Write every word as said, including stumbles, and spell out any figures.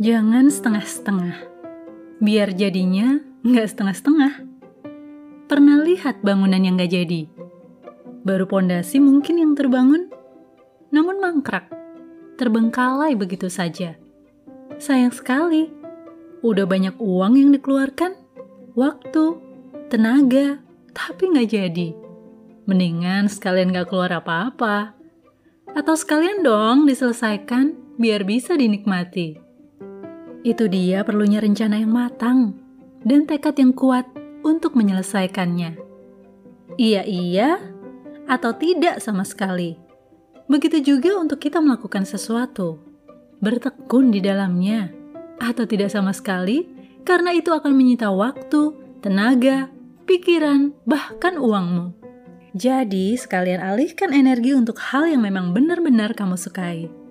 Jangan setengah-setengah, biar jadinya nggak setengah-setengah. Pernah lihat bangunan yang nggak jadi? Baru pondasi mungkin yang terbangun, namun mangkrak, terbengkalai begitu saja. Sayang sekali, udah banyak uang yang dikeluarkan, waktu, tenaga, tapi nggak jadi. Mendingan sekalian nggak keluar apa-apa. Atau sekalian dong diselesaikan biar bisa dinikmati. Itu dia perlunya rencana yang matang dan tekad yang kuat untuk menyelesaikannya. Iya-iya atau tidak sama sekali. Begitu juga untuk kita melakukan sesuatu. Bertekun di dalamnya atau tidak sama sekali karena itu akan menyita waktu, tenaga, pikiran, bahkan uangmu. Jadi sekalian alihkan energi untuk hal yang memang benar-benar kamu sukai.